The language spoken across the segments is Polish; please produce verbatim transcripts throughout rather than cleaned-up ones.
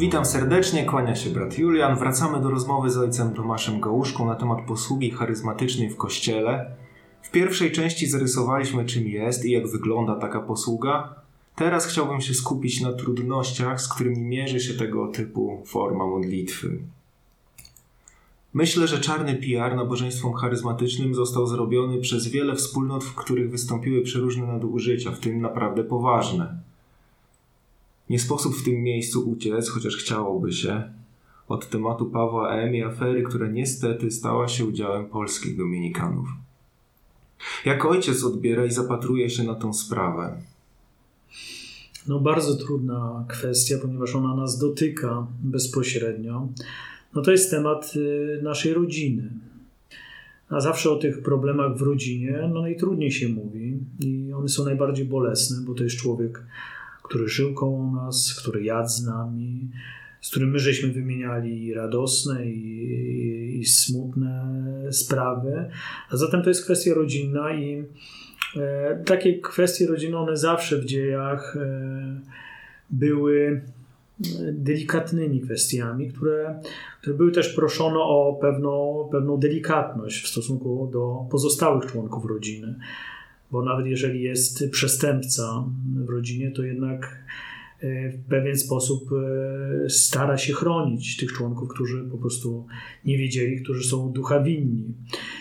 Witam serdecznie, kłania się brat Julian. Wracamy do rozmowy z ojcem Tomaszem Gałuszką na temat posługi charyzmatycznej w Kościele. W pierwszej części zarysowaliśmy, czym jest i jak wygląda taka posługa. Teraz chciałbym się skupić na trudnościach, z którymi mierzy się tego typu forma modlitwy. Myślę, że czarny P R nabożeństwom charyzmatycznym został zrobiony przez wiele wspólnot, w których wystąpiły przeróżne nadużycia, w tym naprawdę poważne. Nie sposób w tym miejscu uciec, chociaż chciałoby się, od tematu Pawła M. i afery, która niestety stała się udziałem polskich dominikanów. Jak ojciec odbiera i zapatruje się na tą sprawę? No bardzo trudna kwestia, ponieważ ona nas dotyka bezpośrednio. No to jest temat naszej rodziny. A zawsze o tych problemach w rodzinie no najtrudniej się mówi i one są najbardziej bolesne, bo to jest człowiek, który żył koło nas, który jadł z nami, z którym my żeśmy wymieniali i radosne, i, i, i smutne sprawy. A zatem to jest kwestia rodzinna i e, takie kwestie rodzinne, one zawsze w dziejach e, były delikatnymi kwestiami, które, które były też proszone o pewną, pewną delikatność w stosunku do pozostałych członków rodziny. Bo nawet jeżeli jest przestępca w rodzinie, to jednak w pewien sposób stara się chronić tych członków, którzy po prostu nie wiedzieli, którzy są ducha winni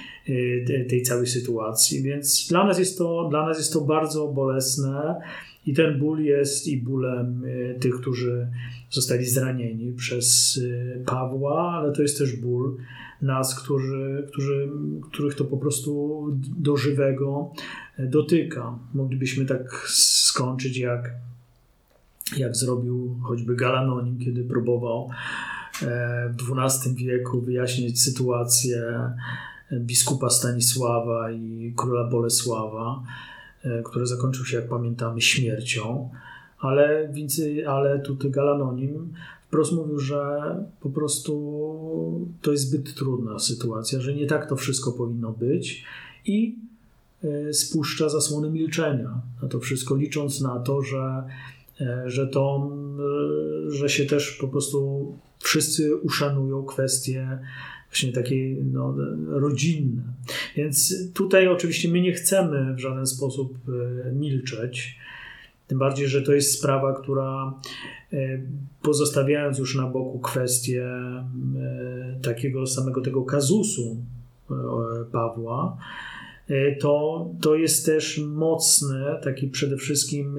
tej całej sytuacji. Więc dla nas jest to, dla nas jest to bardzo bolesne i ten ból jest i bólem tych, którzy zostali zranieni przez Pawła, ale to jest też ból nas, którzy, którzy, których to po prostu do żywego dotyka. Moglibyśmy tak skończyć, jak, jak zrobił choćby Galanonim, kiedy próbował w dwunastym wieku wyjaśnić sytuację biskupa Stanisława i króla Bolesława, który zakończył się, jak pamiętamy, śmiercią. Ale, ale tutaj Galanonim wprost mówił, że po prostu to jest zbyt trudna sytuacja, że nie tak to wszystko powinno być i spuszcza zasłony milczenia na to wszystko, licząc na to, że, że, to, że się też po prostu wszyscy uszanują kwestie właśnie takie no, rodzinne. Więc tutaj oczywiście my nie chcemy w żaden sposób milczeć. Tym bardziej, że to jest sprawa, która pozostawiając już na boku kwestię takiego samego tego kazusu Pawła, to, to jest też mocny, taki przede wszystkim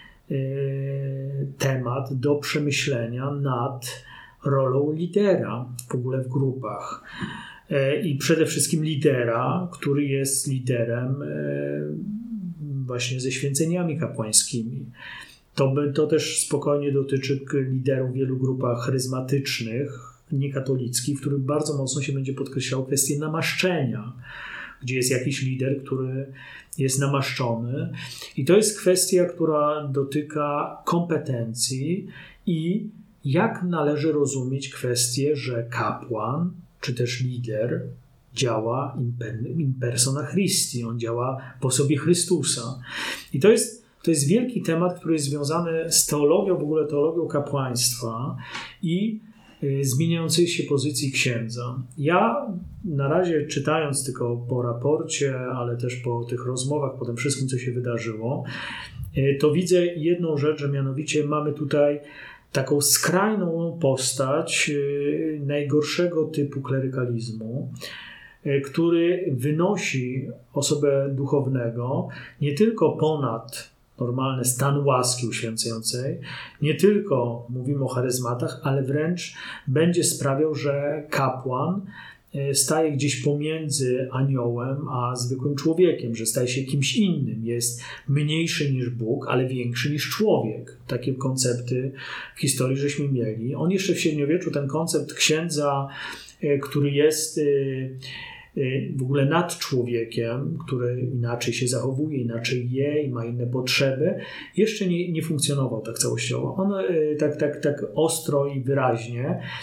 temat do przemyślenia nad rolą lidera w ogóle w grupach. I przede wszystkim lidera, który jest liderem właśnie ze święceniami kapłańskimi. To, by, to też spokojnie dotyczy liderów w wielu grupach charyzmatycznych, niekatolickich, w których bardzo mocno się będzie podkreślał kwestię namaszczenia, gdzie jest jakiś lider, który jest namaszczony. I to jest kwestia, która dotyka kompetencji i jak należy rozumieć kwestię, że kapłan, czy też lider działa in persona Christi, on działa w osobie Chrystusa. I to jest, to jest wielki temat, który jest związany z teologią, w ogóle teologią kapłaństwa i y, zmieniającej się pozycji księdza. Ja na razie czytając tylko po raporcie, ale też po tych rozmowach, po tym wszystkim, co się wydarzyło, y, to widzę jedną rzecz, że mianowicie mamy tutaj taką skrajną postać y, najgorszego typu klerykalizmu, który wynosi osobę duchownego nie tylko ponad normalny stan łaski uświęcającej, nie tylko mówimy o charyzmatach, ale wręcz będzie sprawiał, że kapłan staje gdzieś pomiędzy aniołem a zwykłym człowiekiem, że staje się kimś innym, jest mniejszy niż Bóg, ale większy niż człowiek. Takie koncepty w historii żeśmy mieli. On jeszcze w średniowieczu, ten koncept księdza, który jest w ogóle nad człowiekiem, który inaczej się zachowuje, inaczej je i ma inne potrzeby, jeszcze nie, nie funkcjonował tak całościowo. On tak, tak, tak ostro i wyraźnie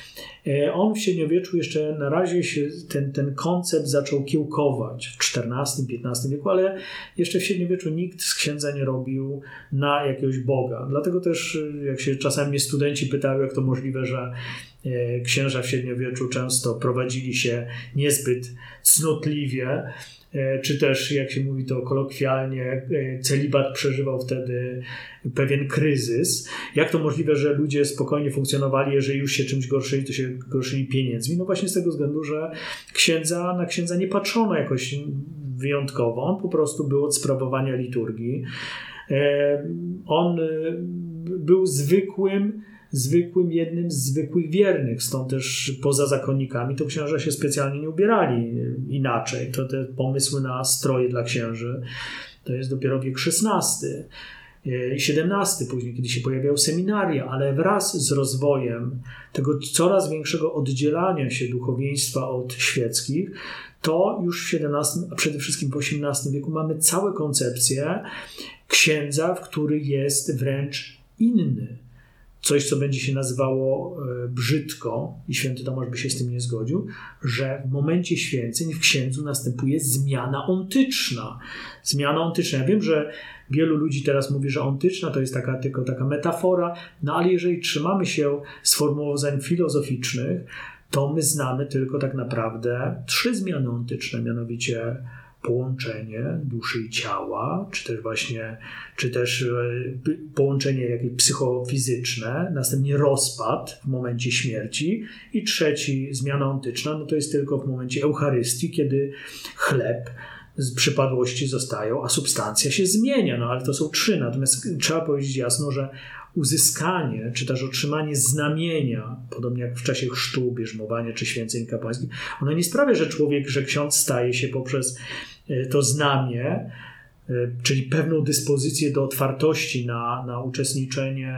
On w średniowieczu jeszcze na razie się ten, ten koncept zaczął kiełkować w czternastym, piętnastym wieku, ale jeszcze w średniowieczu nikt z księdza nie robił na jakiegoś Boga. Dlatego też, jak się czasami mnie studenci pytają, jak to możliwe, że księża w średniowieczu często prowadzili się niezbyt cnotliwie, czy też, jak się mówi to kolokwialnie, celibat przeżywał wtedy pewien kryzys. Jak to możliwe, że ludzie spokojnie funkcjonowali, jeżeli już się czymś gorszyli, to się gorszyli pieniędzmi? No właśnie z tego względu, że księdza, na księdza nie patrzono jakoś wyjątkowo. On po prostu był od sprawowania liturgii. On był zwykłym zwykłym, jednym z zwykłych wiernych, stąd też poza zakonnikami to księża się specjalnie nie ubierali inaczej. To te pomysły na stroje dla księży to jest dopiero wiek szesnasty i siedemnasty później, kiedy się pojawiały seminaria, ale wraz z rozwojem tego coraz większego oddzielania się duchowieństwa od świeckich, to już w siedemnastym, a przede wszystkim w osiemnastym wieku mamy całe koncepcje księdza, w który jest wręcz inny. Coś, co będzie się nazywało e, brzydko, i święty Tomasz by się z tym nie zgodził, że w momencie święceń w księdzu następuje zmiana ontyczna. Zmiana ontyczna. Ja wiem, że wielu ludzi teraz mówi, że ontyczna to jest taka, tylko taka metafora, no ale jeżeli trzymamy się sformułowań filozoficznych, to my znamy tylko tak naprawdę trzy zmiany ontyczne, mianowicie połączenie duszy i ciała, czy też właśnie, czy też połączenie jakieś psychofizyczne, następnie rozpad w momencie śmierci i trzeci, zmiana ontyczna, no to jest tylko w momencie Eucharystii, kiedy chleb z przypadłości zostają, a substancja się zmienia, no ale to są trzy, natomiast trzeba powiedzieć jasno, że uzyskanie, czy też otrzymanie znamienia, podobnie jak w czasie chrztu, bierzmowania czy święceń kapłańskich, ono nie sprawia, że człowiek, że ksiądz staje się poprzez to znamię, czyli pewną dyspozycję do otwartości na, na uczestniczenie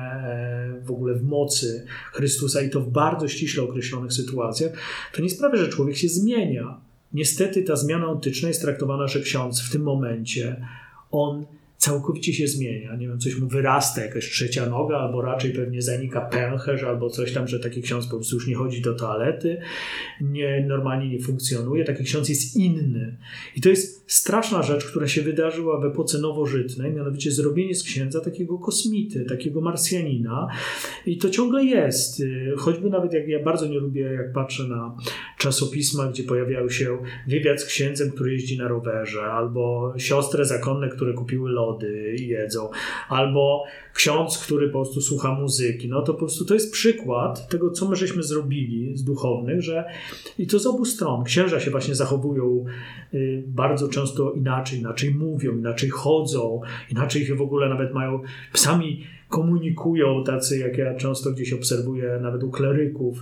w ogóle w mocy Chrystusa i to w bardzo ściśle określonych sytuacjach, to nie sprawia, że człowiek się zmienia. Niestety ta zmiana ontyczna jest traktowana, że ksiądz w tym momencie, on całkowicie się zmienia. Nie wiem, coś mu wyrasta, jakaś trzecia noga, albo raczej pewnie zanika pęcherz, albo coś tam, że taki ksiądz po prostu już nie chodzi do toalety, nie, normalnie nie funkcjonuje. Taki ksiądz jest inny. I to jest straszna rzecz, która się wydarzyła w epoce nowożytnej, mianowicie zrobienie z księdza takiego kosmity, takiego marsjanina. I to ciągle jest. Choćby nawet jak ja bardzo nie lubię, jak patrzę na czasopisma, gdzie pojawiały się wywiad z księdzem, który jeździ na rowerze, albo siostry zakonne, które kupiły lody i jedzą, albo ksiądz, który po prostu słucha muzyki. No to po prostu to jest przykład tego, co my żeśmy zrobili z duchownych, że i to z obu stron. Księża się właśnie zachowują y, bardzo często inaczej, inaczej mówią, inaczej chodzą, inaczej się w ogóle nawet mają, sami komunikują, tacy jak ja często gdzieś obserwuję, nawet u kleryków,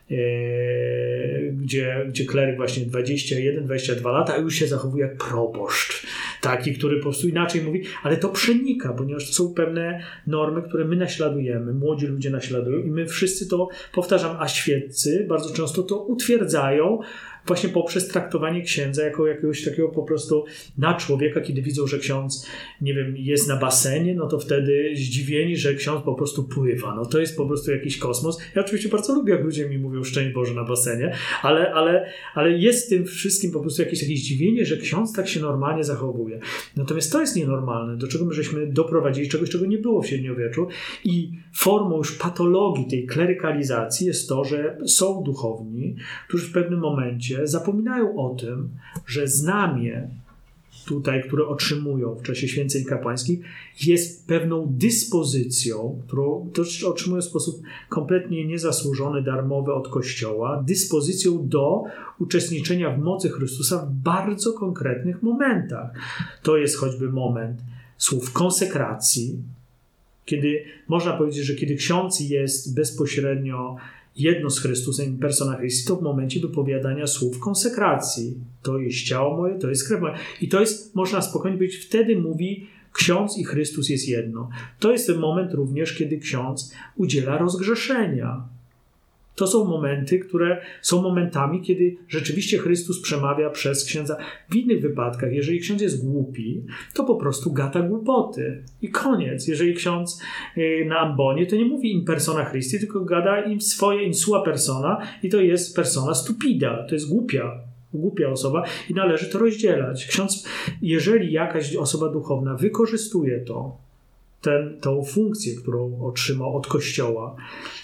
Yy, gdzie, gdzie kleryk właśnie dwadzieścia jeden dwadzieścia dwa lata, a już się zachowuje jak proboszcz. Taki, który po prostu inaczej mówi, ale to przenika, ponieważ to są pewne normy, które my naśladujemy, młodzi ludzie naśladują i my wszyscy to, powtarzam, a świeccy bardzo często to utwierdzają właśnie poprzez traktowanie księdza jako jakiegoś takiego po prostu na człowieka, kiedy widzą, że ksiądz, nie wiem, jest na basenie, no to wtedy zdziwieni, że ksiądz po prostu pływa. No to jest po prostu jakiś kosmos. Ja oczywiście bardzo lubię, jak ludzie mi mówią szczęść Boże na basenie, ale, ale, ale jest w tym wszystkim po prostu jakieś takie zdziwienie, że ksiądz tak się normalnie zachowuje. Natomiast to jest nienormalne, do czego my żeśmy doprowadzili, czegoś, czego nie było w średniowieczu i formą już patologii tej klerykalizacji jest to, że są duchowni, którzy w pewnym momencie zapominają o tym, że znamie tutaj, które otrzymują w czasie święceń kapłańskich, jest pewną dyspozycją, którą też otrzymują w sposób kompletnie niezasłużony, darmowy od Kościoła, dyspozycją do uczestniczenia w mocy Chrystusa w bardzo konkretnych momentach. To jest choćby moment słów konsekracji, kiedy można powiedzieć, że kiedy ksiądz jest bezpośrednio jedno z Chrystusem, persona Christi, to w momencie wypowiadania słów konsekracji. To jest ciało moje, to jest krew moja. I to jest, można spokojnie powiedzieć, wtedy mówi ksiądz i Chrystus jest jedno. To jest ten moment również, kiedy ksiądz udziela rozgrzeszenia. To są momenty, które są momentami, kiedy rzeczywiście Chrystus przemawia przez księdza. W innych wypadkach, jeżeli ksiądz jest głupi, to po prostu gada głupoty. I koniec. Jeżeli ksiądz na ambonie, to nie mówi in persona Christi, tylko gada im swoje, in sua persona i to jest persona stupida. To jest głupia. Głupia osoba i należy to rozdzielać. Ksiądz, jeżeli jakaś osoba duchowna wykorzystuje to, ten, tą funkcję, którą otrzymał od Kościoła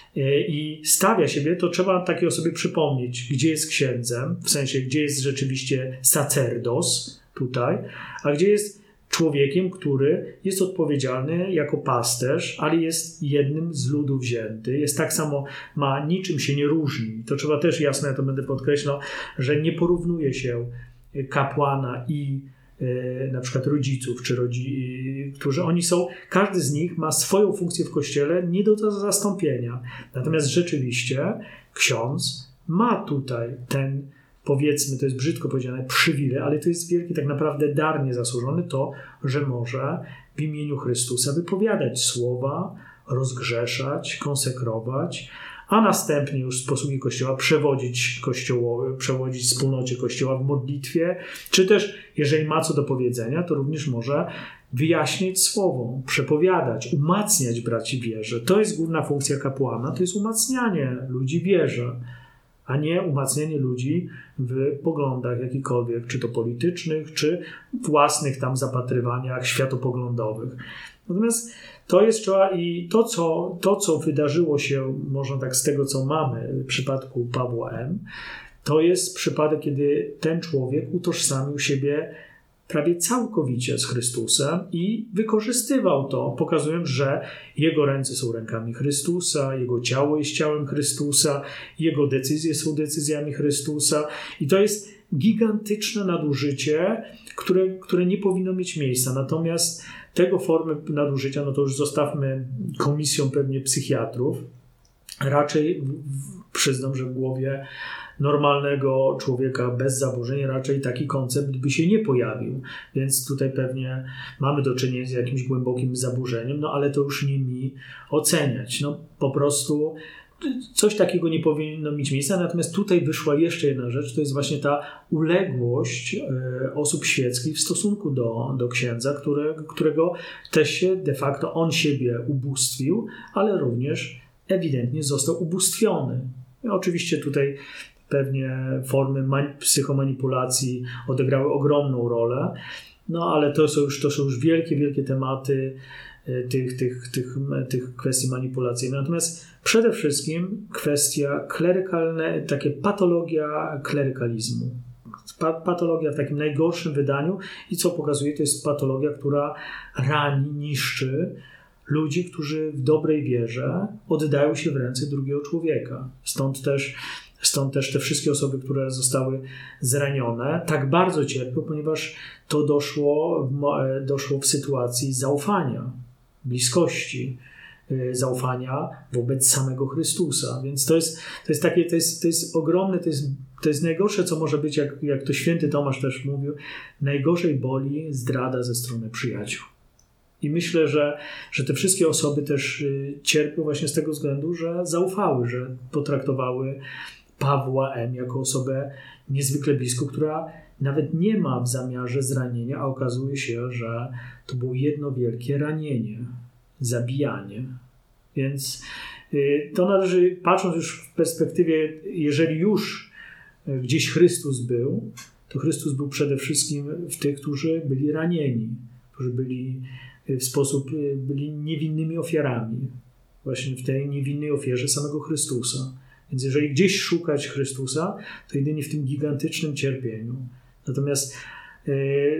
i stawia siebie, to trzeba takiej osobie przypomnieć, gdzie jest księdzem, w sensie, gdzie jest rzeczywiście sacerdos tutaj, a gdzie jest człowiekiem, który jest odpowiedzialny jako pasterz, ale jest jednym z ludu wzięty. Jest tak samo, ma niczym się nie różni. To trzeba też jasno, ja to będę podkreślał, że nie porównuje się kapłana i e, na przykład rodziców, czy rodzi, którzy oni są, każdy z nich ma swoją funkcję w Kościele, nie do zastąpienia. Natomiast rzeczywiście ksiądz ma tutaj ten, powiedzmy, to jest brzydko powiedziane, przywilej, ale to jest wielki tak naprawdę dar niezasłużony, to, że może w imieniu Chrystusa wypowiadać słowa, rozgrzeszać, konsekrować, a następnie już z posługi Kościoła przewodzić kościołowi, przewodzić wspólnocie Kościoła w modlitwie, czy też, jeżeli ma co do powiedzenia, to również może wyjaśniać słowo, przepowiadać, umacniać braci w wierze. To jest główna funkcja kapłana, to jest umacnianie ludzi w wierze, a nie umacnianie ludzi w poglądach jakichkolwiek, czy to politycznych, czy własnych tam zapatrywaniach światopoglądowych. Natomiast to jest trzeba i to co, to, co wydarzyło się, można tak z tego, co mamy w przypadku Pawła M., to jest przypadek, kiedy ten człowiek utożsamił siebie prawie całkowicie z Chrystusem i wykorzystywał to, pokazując, że jego ręce są rękami Chrystusa, jego ciało jest ciałem Chrystusa, jego decyzje są decyzjami Chrystusa i to jest gigantyczne nadużycie, które, które nie powinno mieć miejsca. Natomiast tego formy nadużycia, no to już zostawmy komisją pewnie psychiatrów. Raczej przyznam, że w głowie normalnego człowieka bez zaburzeń raczej taki koncept by się nie pojawił. Więc tutaj pewnie mamy do czynienia z jakimś głębokim zaburzeniem, no ale to już nie mi oceniać. No po prostu coś takiego nie powinno mieć miejsca. Natomiast tutaj wyszła jeszcze jedna rzecz, to jest właśnie ta uległość y, osób świeckich w stosunku do, do księdza, które, którego też się de facto on siebie ubóstwił, ale również ewidentnie został ubóstwiony. I oczywiście tutaj pewnie formy mani- psychomanipulacji odegrały ogromną rolę, no ale to są już, to są już wielkie, wielkie tematy tych, tych, tych, tych kwestii manipulacyjnych. Natomiast przede wszystkim kwestia klerykalna, takie patologia klerykalizmu. Pa- patologia w takim najgorszym wydaniu i co pokazuje, to jest patologia, która rani, niszczy ludzi, którzy w dobrej wierze oddają się w ręce drugiego człowieka. Stąd też, stąd też te wszystkie osoby, które zostały zranione, tak bardzo cierpią, ponieważ to doszło, doszło w sytuacji zaufania, bliskości, zaufania wobec samego Chrystusa. Więc to jest, to jest takie, to jest, to jest ogromne, to jest, to jest najgorsze, co może być, jak, jak to święty Tomasz też mówił, najgorzej boli zdrada ze strony przyjaciół. I myślę, że, że te wszystkie osoby też cierpią właśnie z tego względu, że zaufały, że potraktowały Pawła M. jako osobę niezwykle blisko, która nawet nie ma w zamiarze zranienia, a okazuje się, że to było jedno wielkie ranienie, zabijanie. Więc to należy, patrząc już w perspektywie, jeżeli już gdzieś Chrystus był, to Chrystus był przede wszystkim w tych, którzy byli ranieni, którzy byli w sposób, byli niewinnymi ofiarami. Właśnie w tej niewinnej ofierze samego Chrystusa. Więc jeżeli gdzieś szukać Chrystusa, to jedynie w tym gigantycznym cierpieniu. Natomiast e,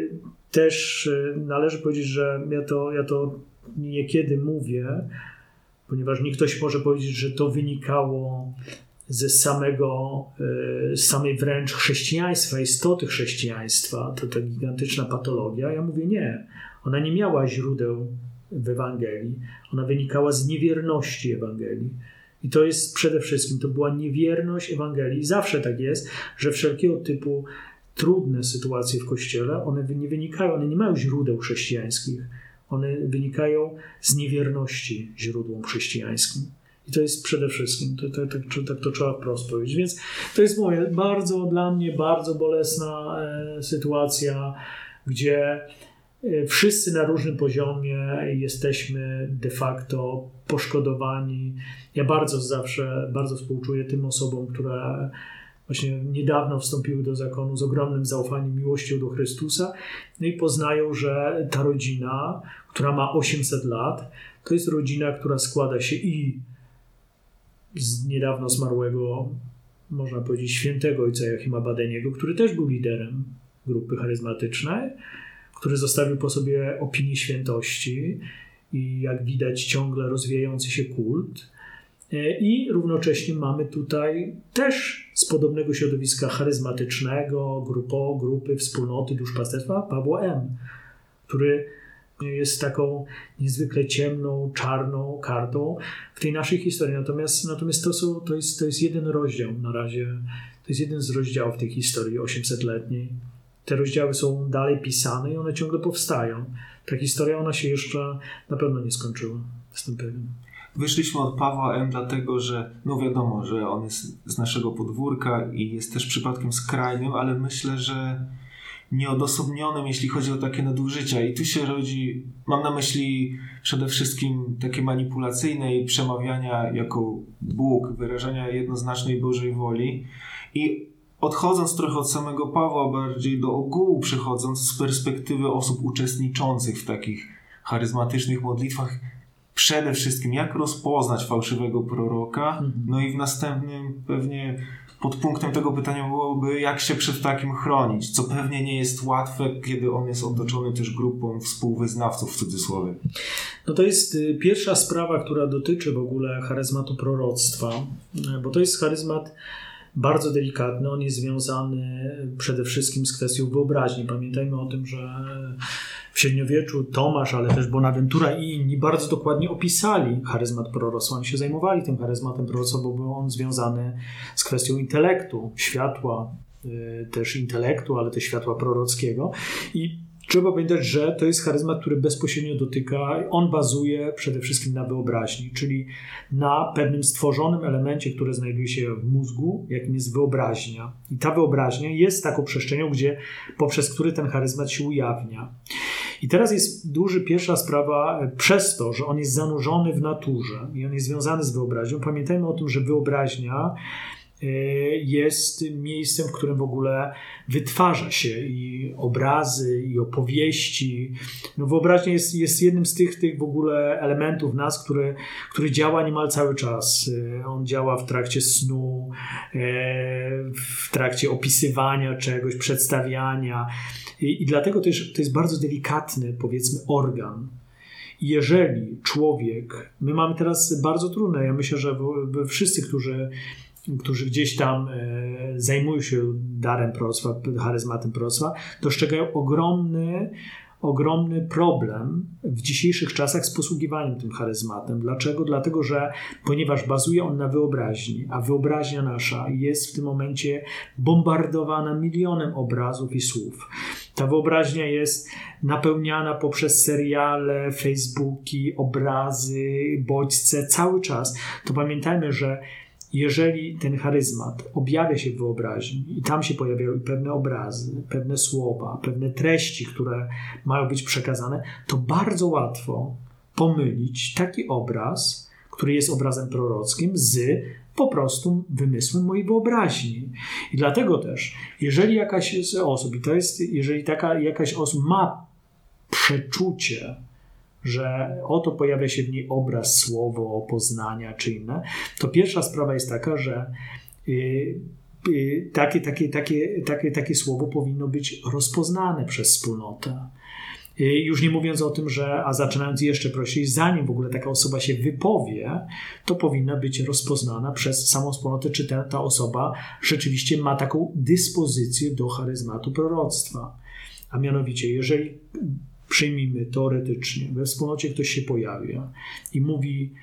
też e, należy powiedzieć, że ja to, ja to niekiedy mówię, ponieważ nie ktoś może powiedzieć, że to wynikało ze samego, z samej wręcz chrześcijaństwa, istoty chrześcijaństwa, to ta gigantyczna patologia. Ja mówię nie. Ona nie miała źródeł w Ewangelii. Ona wynikała z niewierności Ewangelii. I to jest przede wszystkim, to była niewierność Ewangelii. I zawsze tak jest, że wszelkiego typu trudne sytuacje w Kościele, one nie wynikają, one nie mają źródeł chrześcijańskich. One wynikają z niewierności źródłom chrześcijańskim. I to jest przede wszystkim, to, to, to, to, tak to trzeba wprost powiedzieć. Więc to jest moje, bardzo dla mnie bardzo bolesna e, sytuacja, gdzie e, wszyscy na różnym poziomie jesteśmy de facto poszkodowani. Ja bardzo zawsze, bardzo współczuję tym osobom, które właśnie niedawno wstąpiły do zakonu z ogromnym zaufaniem, miłością do Chrystusa, no i poznają, że ta rodzina, która ma osiemset lat, to jest rodzina, która składa się i z niedawno zmarłego, można powiedzieć, świętego ojca Joachima Badeniego, który też był liderem grupy charyzmatycznej, który zostawił po sobie opinię świętości i jak widać ciągle rozwijający się kult. I równocześnie mamy tutaj też z podobnego środowiska charyzmatycznego, grupo, grupy, wspólnoty duszpasterstwa Pawła M., który jest taką niezwykle ciemną, czarną kartą w tej naszej historii. Natomiast, natomiast to, są, to, jest, to jest jeden rozdział na razie, to jest jeden z rozdziałów tej historii osiemsetletniej. Te rozdziały są dalej pisane i one ciągle powstają. Ta historia, ona się jeszcze na pewno nie skończyła. Jestem pewien. Wyszliśmy od Pawła M. dlatego, że no wiadomo, że on jest z naszego podwórka i jest też przypadkiem skrajnym, ale myślę, że nieodosobnionym, jeśli chodzi o takie nadużycia. I tu się rodzi, mam na myśli przede wszystkim takie manipulacyjne i przemawiania jako Bóg, wyrażania jednoznacznej Bożej woli. I odchodząc trochę od samego Pawła, bardziej do ogółu przechodząc z perspektywy osób uczestniczących w takich charyzmatycznych modlitwach, przede wszystkim jak rozpoznać fałszywego proroka, no i w następnym pewnie podpunktem tego pytania byłoby, jak się przed takim chronić, co pewnie nie jest łatwe, kiedy on jest otoczony też grupą współwyznawców w cudzysłowie. No to jest pierwsza sprawa, która dotyczy w ogóle charyzmatu proroctwa, bo to jest charyzmat bardzo delikatny, on jest związany przede wszystkim z kwestią wyobraźni. Pamiętajmy o tym, że w średniowieczu Tomasz, ale też Bonaventura i inni bardzo dokładnie opisali charyzmat proroctwa. Oni się zajmowali tym charyzmatem proroctwa, bo był on związany z kwestią intelektu, światła, też intelektu, ale też światła prorockiego. I trzeba pamiętać, że to jest charyzmat, który bezpośrednio dotyka, on bazuje przede wszystkim na wyobraźni, czyli na pewnym stworzonym elemencie, który znajduje się w mózgu, jakim jest wyobraźnia. I ta wyobraźnia jest taką przestrzenią, gdzie, poprzez który ten charyzmat się ujawnia. I teraz jest duży, pierwsza sprawa, przez to, że on jest zanurzony w naturze i on jest związany z wyobraźnią. Pamiętajmy o tym, że wyobraźnia jest miejscem, w którym w ogóle wytwarza się i obrazy, i opowieści. No wyobraźnia jest, jest jednym z tych, tych w ogóle elementów nas, który, który działa niemal cały czas. On działa w trakcie snu, w trakcie opisywania czegoś, przedstawiania i, i dlatego też to jest bardzo delikatny, powiedzmy, organ. Jeżeli człowiek, my mamy teraz bardzo trudne, ja myślę, że wszyscy, którzy którzy gdzieś tam e, zajmują się darem proroctwa, charyzmatem proroctwa, dostrzegają ogromny, ogromny problem w dzisiejszych czasach z posługiwaniem tym charyzmatem. Dlaczego? Dlatego, że ponieważ bazuje on na wyobraźni, a wyobraźnia nasza jest w tym momencie bombardowana milionem obrazów i słów. Ta wyobraźnia jest napełniana poprzez seriale, Facebooki, obrazy, bodźce cały czas. To pamiętajmy, że jeżeli ten charyzmat objawia się w wyobraźni i tam się pojawiają pewne obrazy, pewne słowa, pewne treści, które mają być przekazane, to bardzo łatwo pomylić taki obraz, który jest obrazem prorockim, z po prostu wymysłem mojej wyobraźni. I dlatego też, jeżeli jakaś z osób, i to jest, jeżeli taka jakaś osób ma przeczucie, że oto pojawia się w niej obraz, słowo, poznania czy inne, to pierwsza sprawa jest taka, że yy, yy, takie, takie, takie, takie, takie słowo powinno być rozpoznane przez wspólnotę. Yy, już nie mówiąc o tym, że, a zaczynając jeszcze prościej, zanim w ogóle taka osoba się wypowie, to powinna być rozpoznana przez samą wspólnotę, czy ta, ta osoba rzeczywiście ma taką dyspozycję do charyzmatu proroctwa. A mianowicie, jeżeli przyjmijmy teoretycznie, we wspólnocie ktoś się pojawia i mówi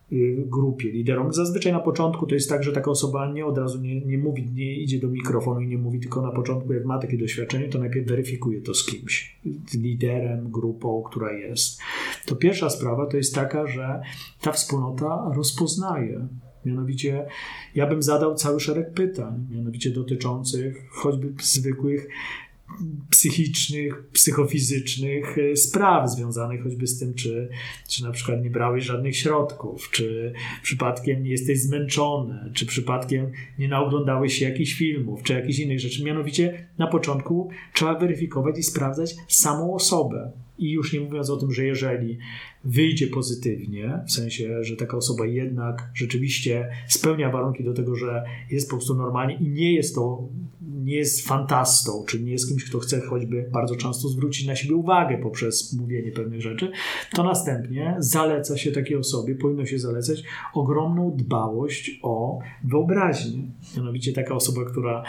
grupie, liderom. Zazwyczaj na początku to jest tak, że taka osoba nie od razu nie, nie mówi, nie idzie do mikrofonu i nie mówi, tylko na początku, jak ma takie doświadczenie, to najpierw weryfikuje to z kimś, z liderem, grupą, która jest. To pierwsza sprawa to jest taka, że ta wspólnota rozpoznaje. Mianowicie ja bym zadał cały szereg pytań, mianowicie dotyczących choćby zwykłych psychicznych, psychofizycznych spraw związanych choćby z tym, czy, czy na przykład nie brałeś żadnych środków, czy przypadkiem nie jesteś zmęczony, czy przypadkiem nie naoglądałeś się jakichś filmów, czy jakichś innych rzeczy. Mianowicie na początku trzeba weryfikować i sprawdzać samą osobę. I już nie mówiąc o tym, że jeżeli wyjdzie pozytywnie, w sensie, że taka osoba jednak rzeczywiście spełnia warunki do tego, że jest po prostu normalnie i nie jest to, nie jest fantastą, czy nie jest kimś, kto chce choćby bardzo często zwrócić na siebie uwagę poprzez mówienie pewnych rzeczy, to następnie zaleca się takiej osobie, powinno się zalecać ogromną dbałość o wyobraźnię. Mianowicie taka osoba, która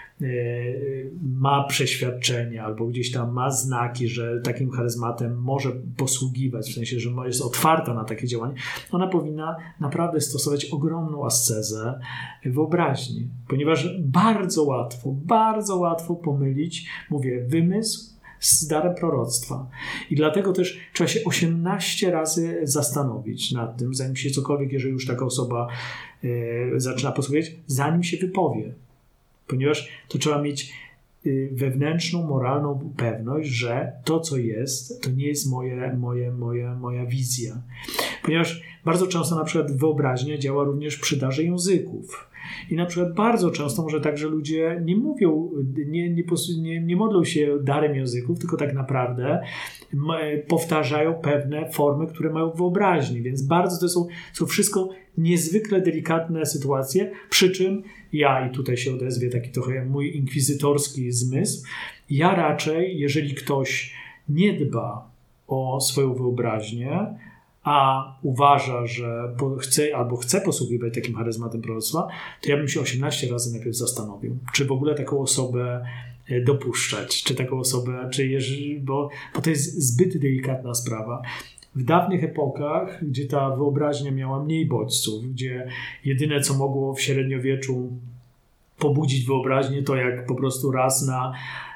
ma przeświadczenie albo gdzieś tam ma znaki, że takim charyzmatem może posługiwać, w sensie, że jest otwarta na takie działanie, ona powinna naprawdę stosować ogromną ascezę wyobraźni, ponieważ bardzo łatwo, bardzo łatwo pomylić, mówię, wymysł z darem proroctwa. I dlatego też trzeba się osiemnaście razy zastanowić nad tym, zanim się cokolwiek, jeżeli już taka osoba y, zaczyna posługiwać, zanim się wypowie. Ponieważ to trzeba mieć wewnętrzną, moralną pewność, że to, co jest, to nie jest moje, moje, moje, moja wizja. Ponieważ bardzo często na przykład wyobraźnia działa również przy darze języków. I na przykład bardzo często może tak, że ludzie nie mówią, nie, nie, nie, nie modlą się darem języków, tylko tak naprawdę powtarzają pewne formy, które mają w wyobraźni. Więc bardzo to są, są wszystko niezwykle delikatne sytuacje, przy czym ja, i tutaj się odezwie taki trochę mój inkwizytorski zmysł, ja raczej, jeżeli ktoś nie dba o swoją wyobraźnię, a uważa, że chce albo chce posługiwać takim charyzmatem proroctwa, to ja bym się osiemnaście razy najpierw zastanowił, czy w ogóle taką osobę dopuszczać, czy taką osobę, czy jeżeli, bo, bo to jest zbyt delikatna sprawa. W dawnych epokach, gdzie ta wyobraźnia miała mniej bodźców, gdzie jedyne, co mogło w średniowieczu pobudzić wyobraźnię, to jak po prostu raz na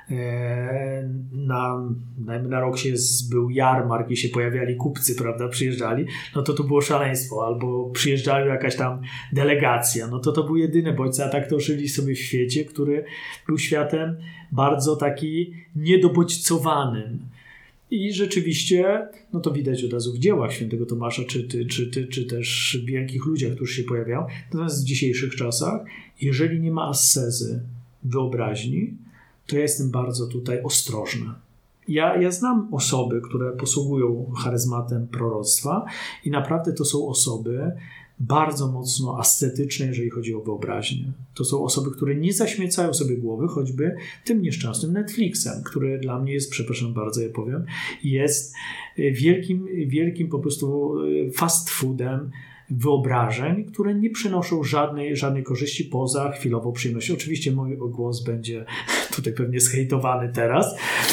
na, na, na rok się był jarmark i się pojawiali kupcy, prawda, przyjeżdżali, no to to było szaleństwo, albo przyjeżdżała jakaś tam delegacja, no to to był jedyny bodźce, a tak to żyli sobie w świecie, który był światem bardzo taki niedobodźcowanym. I rzeczywiście, no to widać od razu w dziełach świętego Tomasza, czy, czy, czy, czy, czy też wielkich ludziach, którzy się pojawiają. Natomiast w dzisiejszych czasach, jeżeli nie ma ascezy wyobraźni, to ja jestem bardzo tutaj ostrożny. Ja, ja znam osoby, które posługują charyzmatem proroctwa i naprawdę to są osoby bardzo mocno ascetyczne, jeżeli chodzi o wyobraźnię. To są osoby, które nie zaśmiecają sobie głowy, choćby tym nieszczęsnym Netflixem, który dla mnie jest, przepraszam bardzo, ja powiem, jest wielkim, wielkim po prostu fast foodem wyobrażeń, które nie przynoszą żadnej, żadnej korzyści poza chwilową przyjemnością. Oczywiście mój głos będzie tutaj pewnie zhejtowany teraz,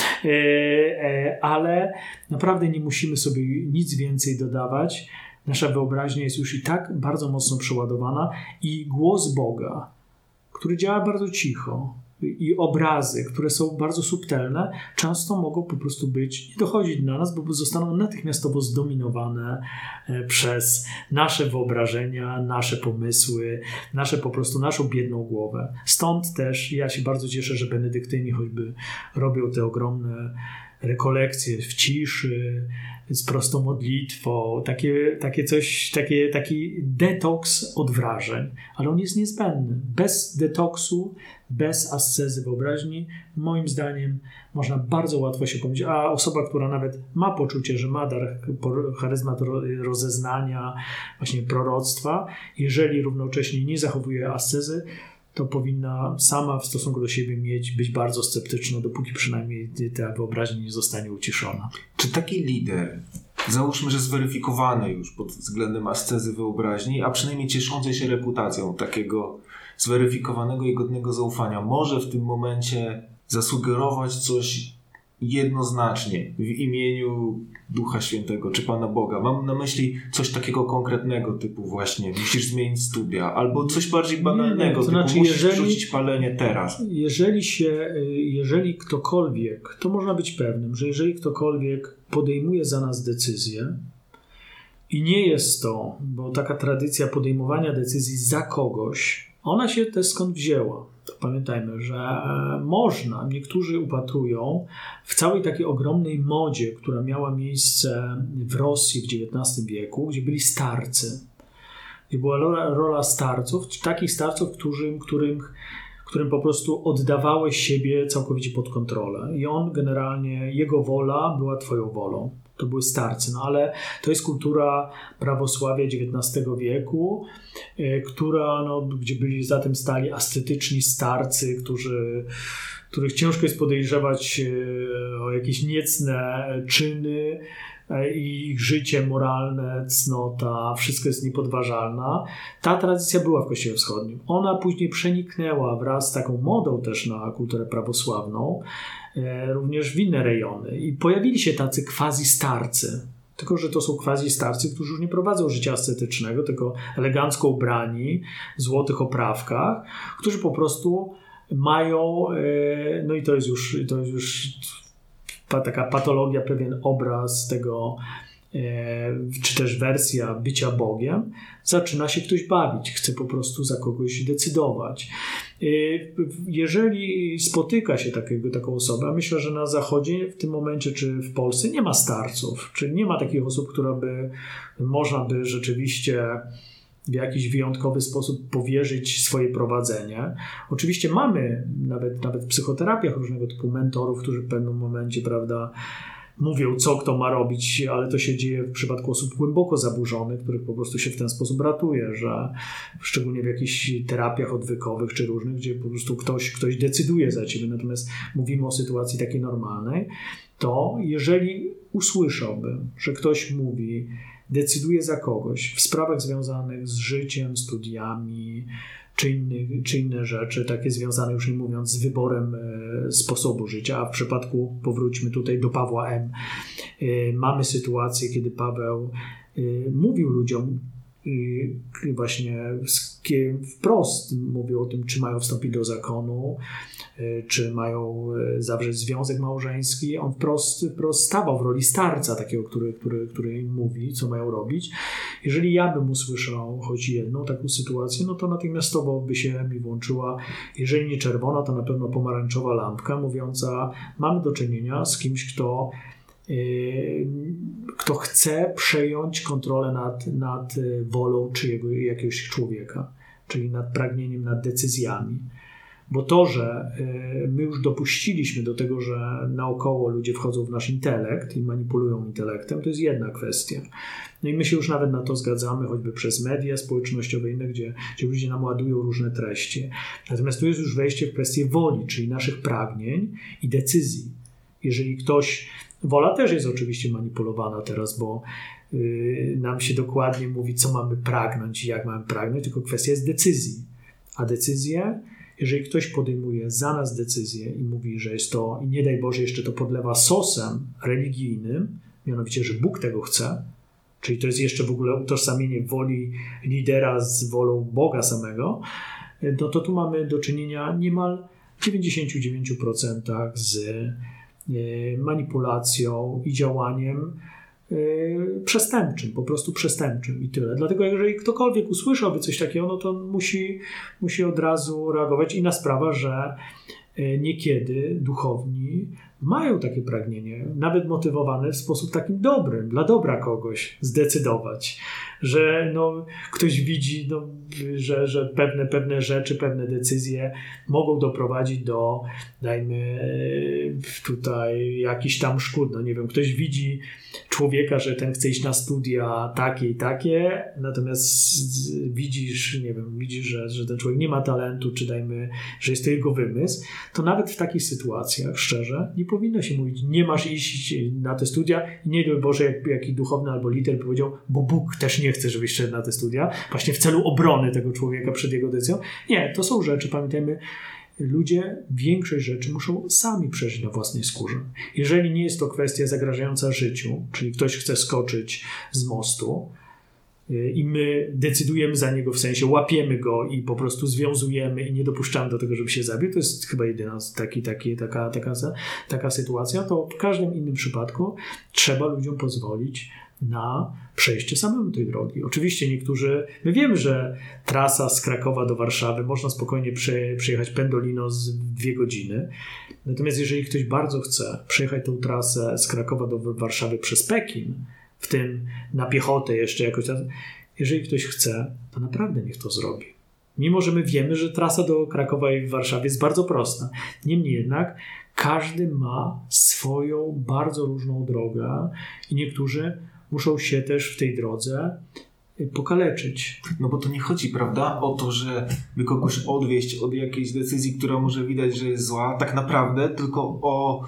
ale naprawdę nie musimy sobie nic więcej dodawać. Nasza wyobraźnia jest już i tak bardzo mocno przeładowana i głos Boga, który działa bardzo cicho, i obrazy, które są bardzo subtelne, często mogą po prostu być, nie dochodzić do nas, bo zostaną natychmiastowo zdominowane przez nasze wyobrażenia, nasze pomysły, nasze po prostu naszą biedną głowę. Stąd też ja się bardzo cieszę, że benedyktyni choćby robią te ogromne rekolekcje w ciszy, z prostą modlitwą, takie, takie coś, takie, taki detoks od wrażeń, ale on jest niezbędny. Bez detoksu, bez ascezy wyobraźni, moim zdaniem można bardzo łatwo się pomylić, a osoba, która nawet ma poczucie, że ma dar, charyzmat rozeznania, właśnie proroctwa, jeżeli równocześnie nie zachowuje ascezy, to powinna sama w stosunku do siebie mieć, być bardzo sceptyczna, dopóki przynajmniej ta wyobraźnia nie zostanie uciszona. Czy taki lider, załóżmy, że zweryfikowany już pod względem ascezy wyobraźni, a przynajmniej cieszącej się reputacją takiego zweryfikowanego i godnego zaufania, może w tym momencie zasugerować coś jednoznacznie w imieniu Ducha Świętego czy Pana Boga. Mam na myśli coś takiego konkretnego typu właśnie musisz zmienić studia albo coś bardziej banalnego nie, nie. To typu znaczy, musisz jeżeli, rzucić palenie teraz. Jeżeli się, jeżeli ktokolwiek, to można być pewnym, że jeżeli ktokolwiek podejmuje za nas decyzję i nie jest to, bo taka tradycja podejmowania decyzji za kogoś, ona się też skąd wzięła. To pamiętajmy, że można, niektórzy upatrują w całej takiej ogromnej modzie, która miała miejsce w Rosji w dziewiętnastym wieku, gdzie byli starcy. Gdzie była rola, rola starców, takich starców, którym, którym, którym po prostu oddawałeś siebie całkowicie pod kontrolę. I on generalnie, jego wola była twoją wolą. To były starcy, no ale to jest kultura prawosławia dziewiętnastego wieku, y, która, no, gdzie byli za tym stali ascetyczni starcy, którzy, których ciężko jest podejrzewać y, o jakieś niecne czyny y, i ich życie moralne, cnota, wszystko jest niepodważalna. Ta tradycja była w Kościele Wschodnim. Ona później przeniknęła wraz z taką modą też na kulturę prawosławną, również w inne rejony. I pojawili się tacy quasi-starcy. Tylko że to są quasi-starcy, którzy już nie prowadzą życia ascetycznego, tylko elegancko ubrani, w złotych oprawkach, którzy po prostu mają, no i to jest już, to jest już taka patologia, pewien obraz tego, czy też wersja bycia Bogiem, zaczyna się ktoś bawić, chce po prostu za kogoś decydować. Jeżeli spotyka się takiego, taką osobę, myślę, że na Zachodzie w tym momencie, czy w Polsce nie ma starców, czy nie ma takich osób, która by można by rzeczywiście w jakiś wyjątkowy sposób powierzyć swoje prowadzenie. Oczywiście mamy nawet, nawet w psychoterapiach różnego typu mentorów, którzy w pewnym momencie, prawda, mówią, co kto ma robić, ale to się dzieje w przypadku osób głęboko zaburzonych, których po prostu się w ten sposób ratuje, że szczególnie w jakichś terapiach odwykowych czy różnych, gdzie po prostu ktoś, ktoś decyduje za ciebie. Natomiast mówimy o sytuacji takiej normalnej, to jeżeli usłyszałbym, że ktoś mówi, decyduje za kogoś w sprawach związanych z życiem, studiami, czy, inny, czy inne rzeczy, takie związane już nie mówiąc z wyborem e, sposobu życia, a w przypadku, powróćmy tutaj do Pawła M., e, mamy sytuację, kiedy Paweł e, mówił ludziom e, właśnie wprost, mówił o tym, czy mają wstąpić do zakonu, e, czy mają zawrzeć związek małżeński. On wprost, wprost stawał w roli starca takiego, który, który, który im mówi, co mają robić. Jeżeli ja bym usłyszał choć jedną taką sytuację, no to natychmiastowo by się mi włączyła, jeżeli nie czerwona, to na pewno pomarańczowa lampka mówiąca, mamy do czynienia z kimś, kto, yy, kto chce przejąć kontrolę nad, nad wolą czyjego, jakiegoś człowieka, czyli nad pragnieniem, nad decyzjami. Bo to, że my już dopuściliśmy do tego, że naokoło ludzie wchodzą w nasz intelekt i manipulują intelektem, to jest jedna kwestia. No i my się już nawet na to zgadzamy, choćby przez media społecznościowe inne, gdzie, gdzie ludzie nam ładują różne treści. Natomiast tu jest już wejście w kwestię woli, czyli naszych pragnień i decyzji. Jeżeli ktoś... Wola też jest oczywiście manipulowana teraz, bo yy, nam się dokładnie mówi, co mamy pragnąć i jak mamy pragnąć, tylko kwestia jest decyzji. A decyzje... Jeżeli ktoś podejmuje za nas decyzję i mówi, że jest to, i nie daj Boże, jeszcze to podlewa sosem religijnym, mianowicie, że Bóg tego chce, czyli to jest jeszcze w ogóle utożsamienie woli lidera z wolą Boga samego, no to tu mamy do czynienia niemal w dziewięćdziesięciu dziewięciu procentach z manipulacją i działaniem Yy, przestępczym, po prostu przestępczym i tyle. Dlatego jeżeli ktokolwiek usłyszałby coś takiego, no to musi, musi od razu reagować. Inna sprawa, że yy, niekiedy duchowni mają takie pragnienie, nawet motywowane w sposób takim dobrym, dla dobra kogoś zdecydować, że no, ktoś widzi, no, że, że pewne, pewne rzeczy, pewne decyzje mogą doprowadzić do, dajmy tutaj jakiś tam szkód, no nie wiem, ktoś widzi człowieka, że ten chce iść na studia takie i takie, natomiast widzisz, nie wiem, widzisz, że, że ten człowiek nie ma talentu, czy dajmy, że jest to jego wymysł, to nawet w takich sytuacjach, szczerze, nie powinno się mówić, nie masz iść na te studia i nie daj Boże, jak, jaki duchowny albo lider powiedział, bo Bóg też nie chce, żebyś szedł na te studia, właśnie w celu obrony tego człowieka przed jego decyzją. Nie, to są rzeczy, pamiętajmy, ludzie większość rzeczy muszą sami przeżyć na własnej skórze. Jeżeli nie jest to kwestia zagrażająca życiu, czyli ktoś chce skoczyć z mostu i my decydujemy za niego, w sensie łapiemy go i po prostu związujemy i nie dopuszczamy do tego, żeby się zabił, to jest chyba jedyna taki, taki, taka, taka, taka sytuacja, to w każdym innym przypadku trzeba ludziom pozwolić na przejście samemu tej drogi. Oczywiście niektórzy, my wiemy, że trasa z Krakowa do Warszawy można spokojnie prze, przejechać pendolino z dwie godziny, natomiast jeżeli ktoś bardzo chce przejechać tą trasę z Krakowa do Warszawy przez Pekin, w tym na piechotę jeszcze jakoś tam, jeżeli ktoś chce, to naprawdę niech to zrobi. Mimo że my wiemy, że trasa do Krakowa i Warszawy jest bardzo prosta. Niemniej jednak każdy ma swoją bardzo różną drogę i niektórzy muszą się też w tej drodze pokaleczyć. No bo to nie chodzi, prawda, o to, że by kogoś odwieźć od jakiejś decyzji, która może widać, że jest zła, tak naprawdę, tylko o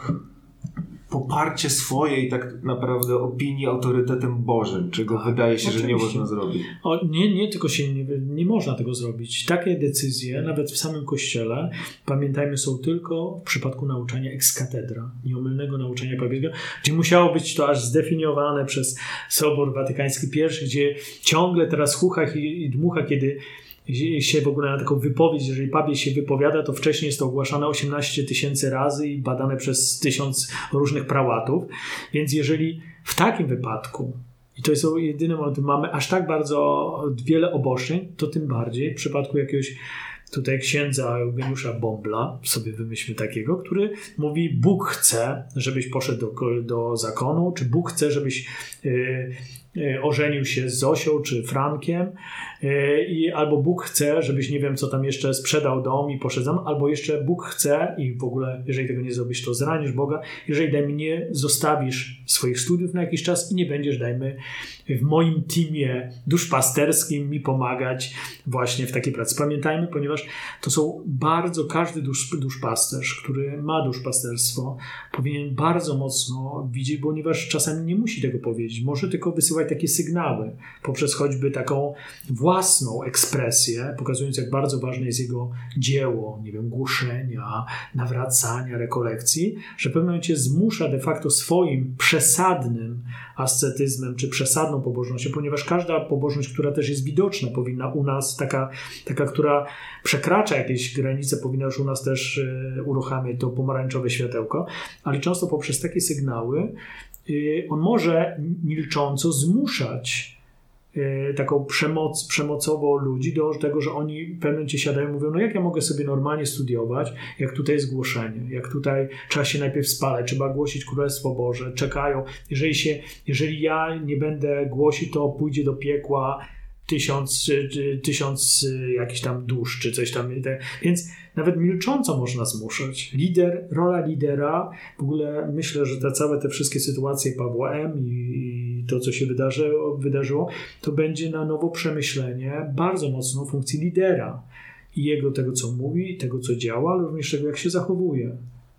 poparcie swojej tak naprawdę opinii autorytetem Bożym, czego tak, wydaje się, oczywiście, że nie można zrobić. O, nie, nie tylko się nie, nie można tego zrobić. Takie decyzje, nawet w samym Kościele, pamiętajmy, są tylko w przypadku nauczania ex cathedra, nieomylnego nauczania papieskiego, gdzie musiało być to aż zdefiniowane przez Sobór Watykański I, gdzie ciągle teraz chucha i, i dmucha, kiedy się w ogóle na taką wypowiedź, jeżeli papież się wypowiada, to wcześniej jest to ogłaszane osiemnaście tysięcy razy i badane przez tysiąc różnych prałatów. Więc jeżeli w takim wypadku, i to jest jedyny moment, mamy aż tak bardzo wiele obostrzeń, to tym bardziej w przypadku jakiegoś tutaj księdza Eugeniusza Bombla, sobie wymyślmy takiego, który mówi: Bóg chce, żebyś poszedł do, do zakonu, czy Bóg chce, żebyś yy, yy, ożenił się z Zosią czy Frankiem, yy, i albo Bóg chce, żebyś nie wiem co tam jeszcze sprzedał dom i poszedł tam, albo jeszcze Bóg chce i w ogóle jeżeli tego nie zrobisz, to zranisz Boga, jeżeli dajmy nie zostawisz swoich studiów na jakiś czas i nie będziesz, dajmy, w moim teamie duszpasterskim mi pomagać właśnie w takiej pracy. Pamiętajmy, ponieważ to są bardzo, każdy dusz, duszpasterz, który ma duszpasterstwo, powinien bardzo mocno widzieć, ponieważ czasami nie musi tego powiedzieć. Może tylko wysyłać takie sygnały poprzez choćby taką własną ekspresję, pokazując, jak bardzo ważne jest jego dzieło, nie wiem, głoszenia, nawracania, rekolekcji, że w pewnym momencie zmusza de facto swoim przesadnym ascetyzmem czy przesadną pobożnością, ponieważ każda pobożność, która też jest widoczna, powinna u nas, taka, taka która przekracza jakieś granice, powinna już u nas też y, uruchamiać to pomarańczowe światełko, ale często poprzez takie sygnały y, on może milcząco zmuszać y, taką przemoc, przemocowo ludzi do tego, że oni w pewnym momencie siadają i mówią: no jak ja mogę sobie normalnie studiować, jak tutaj jest głoszenie, jak tutaj trzeba się najpierw spalać, trzeba głosić Królestwo Boże, czekają, jeżeli, się, jeżeli ja nie będę głosić, to pójdzie do piekła tysiąc, tysiąc jakichś tam dusz, czy coś tam. Więc nawet milcząco można zmuszać. Lider, rola lidera, w ogóle myślę, że te całe te wszystkie sytuacje Pawła M. i to, co się wydarzy, wydarzyło, to będzie na nowo przemyślenie bardzo mocno funkcji lidera i jego tego, co mówi, tego, co działa, ale również tego, jak się zachowuje.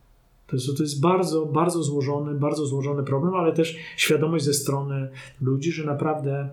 To jest, to jest bardzo, bardzo złożony, bardzo złożony problem, ale też świadomość ze strony ludzi, że naprawdę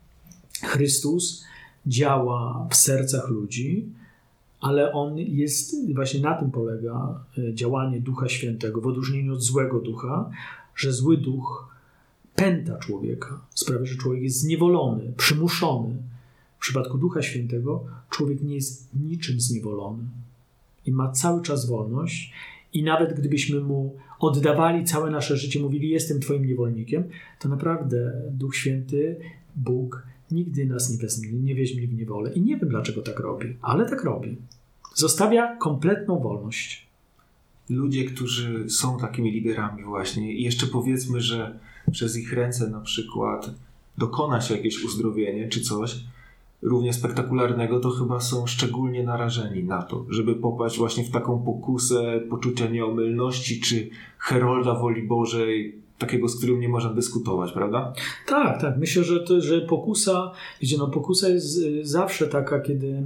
Chrystus działa w sercach ludzi, ale On jest, właśnie na tym polega działanie Ducha Świętego, w odróżnieniu od złego ducha, że zły duch pęta człowieka, sprawia, że człowiek jest zniewolony, przymuszony. W przypadku Ducha Świętego człowiek nie jest niczym zniewolony i ma cały czas wolność i nawet gdybyśmy Mu oddawali całe nasze życie, mówili: jestem Twoim niewolnikiem, to naprawdę Duch Święty, Bóg, nigdy nas nie weźmie, nie weźmie w niewolę. I nie wiem, dlaczego tak robi, ale tak robi. Zostawia kompletną wolność. Ludzie, którzy są takimi liderami właśnie i jeszcze powiedzmy, że przez ich ręce na przykład dokona się jakieś uzdrowienie czy coś równie spektakularnego, to chyba są szczególnie narażeni na to, żeby popaść właśnie w taką pokusę poczucia nieomylności czy herolda woli Bożej, takiego, z którym nie można dyskutować, prawda? Tak, tak. Myślę, że, to, że pokusa, wiecie, no pokusa jest zawsze taka, kiedy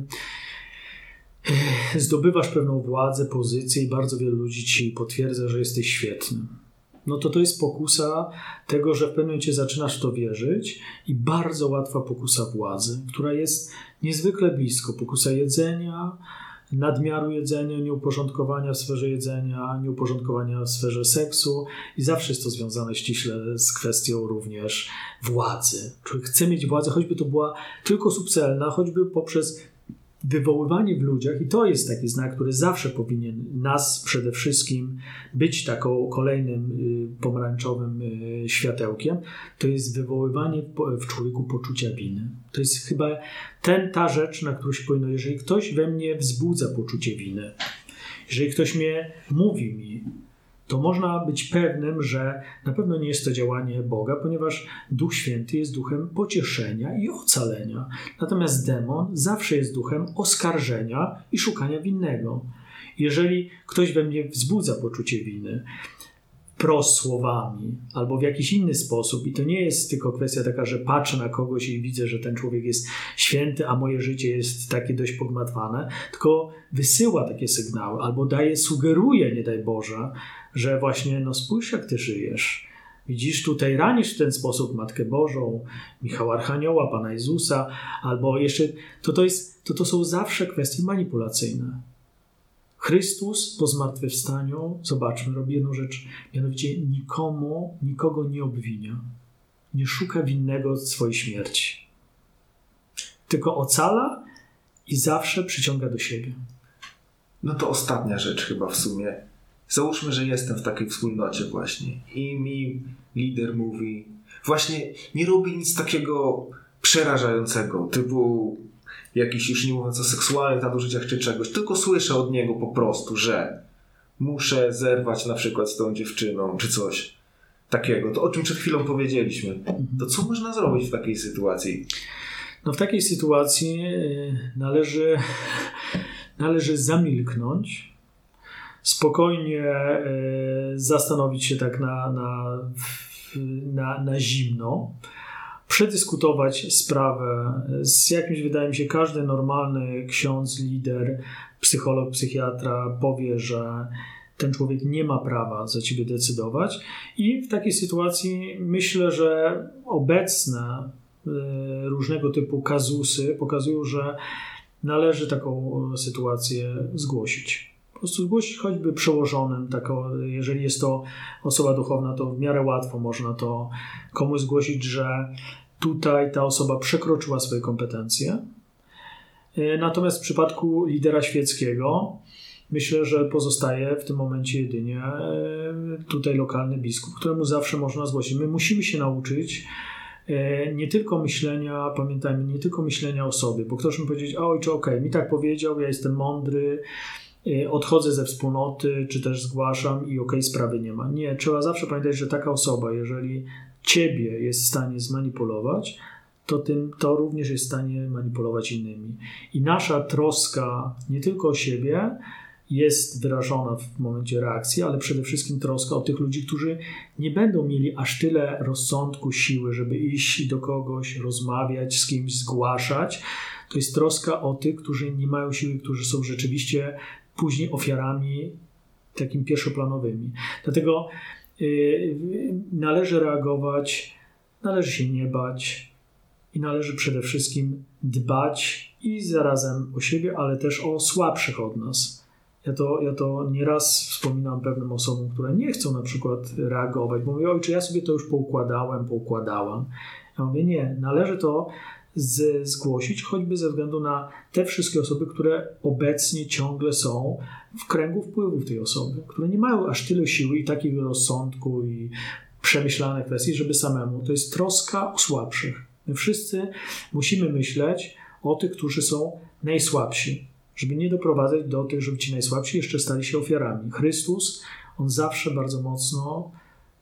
zdobywasz pewną władzę, pozycję i bardzo wielu ludzi ci potwierdza, że jesteś świetny. No to to jest pokusa tego, że w pewnym momencie zaczynasz w to wierzyć i bardzo łatwa pokusa władzy, która jest niezwykle blisko. Pokusa jedzenia, nadmiaru jedzenia, nieuporządkowania w sferze jedzenia, nieuporządkowania w sferze seksu i zawsze jest to związane ściśle z kwestią również władzy. Człowiek chce mieć władzę, choćby to była tylko subtelna, choćby poprzez wywoływanie w ludziach, i to jest taki znak, który zawsze powinien nas przede wszystkim być taką kolejnym y, pomarańczowym y, światełkiem, to jest wywoływanie w, w człowieku poczucia winy. To jest chyba ten, ta rzecz, na którą się powinno, jeżeli ktoś we mnie wzbudza poczucie winy, jeżeli ktoś mnie mówi mi, to można być pewnym, że na pewno nie jest to działanie Boga, ponieważ Duch Święty jest duchem pocieszenia i ocalenia. Natomiast demon zawsze jest duchem oskarżenia i szukania winnego. Jeżeli ktoś we mnie wzbudza poczucie winy, wprost słowami albo w jakiś inny sposób, i to nie jest tylko kwestia taka, że patrzę na kogoś i widzę, że ten człowiek jest święty, a moje życie jest takie dość pogmatwane, tylko wysyła takie sygnały albo daje, sugeruje, nie daj Boże, że właśnie no spójrz, jak ty żyjesz. Widzisz, tutaj ranisz w ten sposób Matkę Bożą, Michała Archanioła, Pana Jezusa, albo jeszcze, to, to, jest, to, to są zawsze kwestie manipulacyjne. Chrystus po zmartwychwstaniu, zobaczmy, robi jedną rzecz, mianowicie nikomu, nikogo nie obwinia. Nie szuka winnego swojej śmierci. Tylko ocala i zawsze przyciąga do siebie. No to ostatnia rzecz chyba w sumie. Załóżmy, że jestem w takiej wspólnocie właśnie i mi lider mówi, właśnie nie robi nic takiego przerażającego, typu jakiś, już nie mówiąc o seksualnych nadużyciach czy czegoś, tylko słyszę od niego po prostu, że muszę zerwać na przykład z tą dziewczyną czy coś takiego. To o czym przed chwilą powiedzieliśmy. To co można zrobić w takiej sytuacji? No w takiej sytuacji należy, należy zamilknąć, spokojnie zastanowić się tak na, na, na, na zimno, przedyskutować sprawę z jakimś, wydaje mi się, każdy normalny ksiądz, lider, psycholog, psychiatra powie, że ten człowiek nie ma prawa za ciebie decydować, i w takiej sytuacji myślę, że obecne różnego typu kazusy pokazują, że należy taką sytuację zgłosić. Po prostu zgłosić choćby przełożonym, taką, jeżeli jest to osoba duchowna, to w miarę łatwo można to komuś zgłosić, że tutaj ta osoba przekroczyła swoje kompetencje. Natomiast w przypadku lidera świeckiego myślę, że pozostaje w tym momencie jedynie tutaj lokalny biskup, któremu zawsze można zgłosić. My musimy się nauczyć nie tylko myślenia, pamiętajmy, nie tylko myślenia o sobie, bo ktoś mi powiedzieć, a ojcze, okej, okay, mi tak powiedział, ja jestem mądry, odchodzę ze wspólnoty, czy też zgłaszam i okej, okay, sprawy nie ma. Nie, trzeba zawsze pamiętać, że taka osoba, jeżeli ciebie jest w stanie zmanipulować, to tym to również jest w stanie manipulować innymi. I nasza troska nie tylko o siebie jest wyrażona w momencie reakcji, ale przede wszystkim troska o tych ludzi, którzy nie będą mieli aż tyle rozsądku, siły, żeby iść do kogoś, rozmawiać, z kimś, zgłaszać. To jest troska o tych, którzy nie mają siły, którzy są rzeczywiście później ofiarami takimi pierwszoplanowymi. Dlatego yy, należy reagować, należy się nie bać i należy przede wszystkim dbać i zarazem o siebie, ale też o słabszych od nas. Ja to, ja to nieraz wspominam pewnym osobom, które nie chcą na przykład reagować, bo mówię, ojcze, ja sobie to już poukładałem, poukładałam. Ja mówię, nie, należy to z, zgłosić, choćby ze względu na te wszystkie osoby, które obecnie ciągle są w kręgu wpływów tej osoby, które nie mają aż tyle siły i takiego rozsądku i przemyślanych kwestii, żeby samemu. To jest troska o słabszych. My wszyscy musimy myśleć o tych, którzy są najsłabsi, żeby nie doprowadzać do tych, żeby ci najsłabsi jeszcze stali się ofiarami. Chrystus, on zawsze bardzo mocno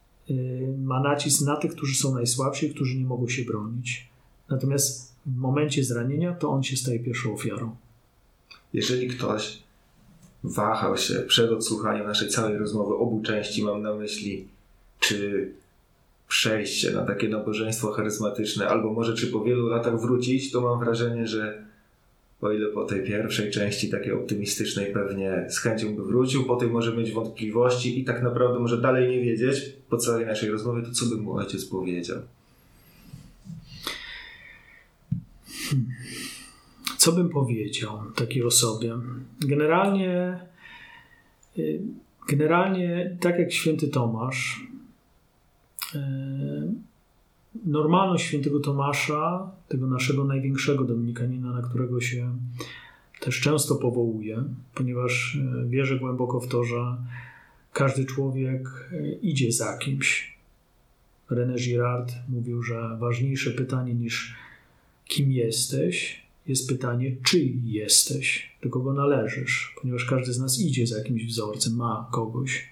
y, ma nacisk na tych, którzy są najsłabsi, którzy nie mogą się bronić. Natomiast w momencie zranienia to on się staje pierwszą ofiarą. Jeżeli ktoś wahał się przed odsłuchaniem naszej całej rozmowy, obu części mam na myśli, czy przejście na takie nabożeństwo charyzmatyczne, albo może czy po wielu latach wrócić, to mam wrażenie, że o ile po tej pierwszej części, takiej optymistycznej, pewnie z chęcią by wrócił, po tej może mieć wątpliwości i tak naprawdę może dalej nie wiedzieć po całej naszej rozmowie, to co by mu ojciec powiedział? Co bym powiedział takiej osobie? Generalnie, generalnie tak jak święty Tomasz, normalność świętego Tomasza, tego naszego największego dominikanina, na którego się też często powołuje, ponieważ wierzę głęboko w to, że każdy człowiek idzie za kimś. René Girard mówił, że ważniejsze pytanie niż kim jesteś, jest pytanie, czy jesteś, do kogo należysz, ponieważ każdy z nas idzie za jakimś wzorcem, ma kogoś.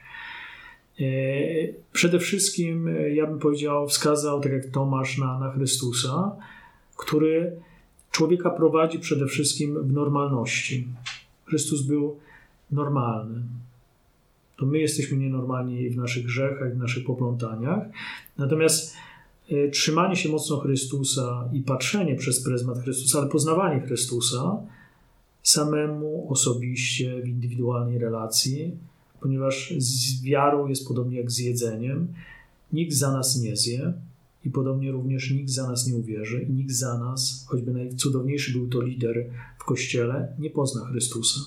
Przede wszystkim, ja bym powiedział, wskazał, tak jak Tomasz, na, na Chrystusa, który człowieka prowadzi przede wszystkim w normalności. Chrystus był normalny. To my jesteśmy nienormalni w naszych grzechach, w naszych poplątaniach. Natomiast y, trzymanie się mocno Chrystusa i patrzenie przez pryzmat Chrystusa, ale poznawanie Chrystusa samemu, osobiście, w indywidualnej relacji, ponieważ z wiarą jest podobnie jak z jedzeniem. Nikt za nas nie zje i podobnie również nikt za nas nie uwierzy i nikt za nas, choćby najcudowniejszy był to lider w Kościele, nie pozna Chrystusa.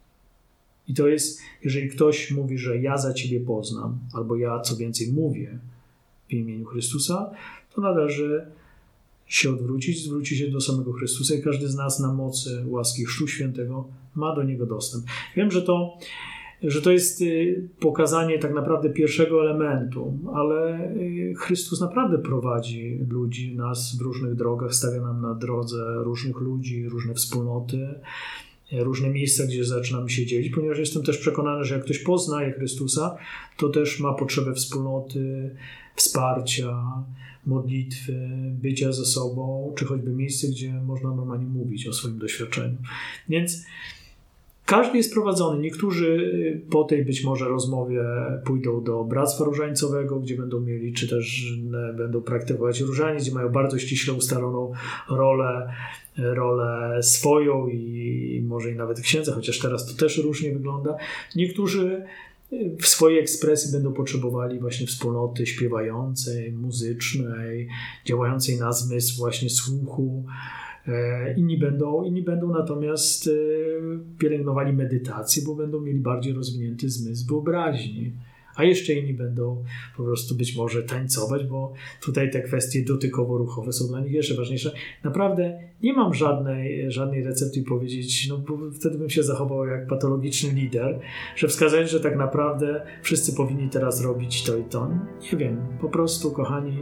I to jest, jeżeli ktoś mówi, że ja za Ciebie poznam, albo ja co więcej mówię w imieniu Chrystusa, to należy się odwrócić, zwrócić się do samego Chrystusa i każdy z nas na mocy łaski Chrztu Świętego ma do Niego dostęp. Wiem, że to, że to jest pokazanie tak naprawdę pierwszego elementu, ale Chrystus naprawdę prowadzi ludzi, nas w różnych drogach, stawia nam na drodze różnych ludzi, różne wspólnoty, różne miejsca, gdzie zaczynamy się dzielić, ponieważ jestem też przekonany, że jak ktoś poznaje Chrystusa, to też ma potrzebę wspólnoty, wsparcia, modlitwy, bycia ze sobą, czy choćby miejsce, gdzie można normalnie mówić o swoim doświadczeniu. Więc każdy jest prowadzony. Niektórzy po tej być może rozmowie pójdą do Bractwa Różańcowego, gdzie będą mieli, czy też będą praktykować różaniec, gdzie mają bardzo ściśle ustaloną rolę, rolę swoją i może i nawet księdza, chociaż teraz to też różnie wygląda. Niektórzy w swojej ekspresji będą potrzebowali właśnie wspólnoty śpiewającej, muzycznej, działającej na zmysł właśnie słuchu. Inni będą, inni będą natomiast pielęgnowali medytację, bo będą mieli bardziej rozwinięty zmysł wyobraźni. A jeszcze inni będą po prostu być może tańcować, bo tutaj te kwestie dotykowo-ruchowe są dla nich jeszcze ważniejsze. Naprawdę nie mam żadnej, żadnej recepty powiedzieć, no bo wtedy bym się zachował jak patologiczny lider, że wskazać, że tak naprawdę wszyscy powinni teraz robić to i to. Nie wiem, po prostu, kochani,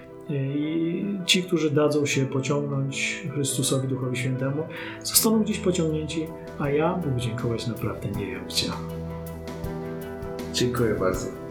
i ci, którzy dadzą się pociągnąć Chrystusowi, Duchowi Świętemu, zostaną gdzieś pociągnięci, a ja Bóg dziękować naprawdę nie wiem gdzie. Dziękuję bardzo.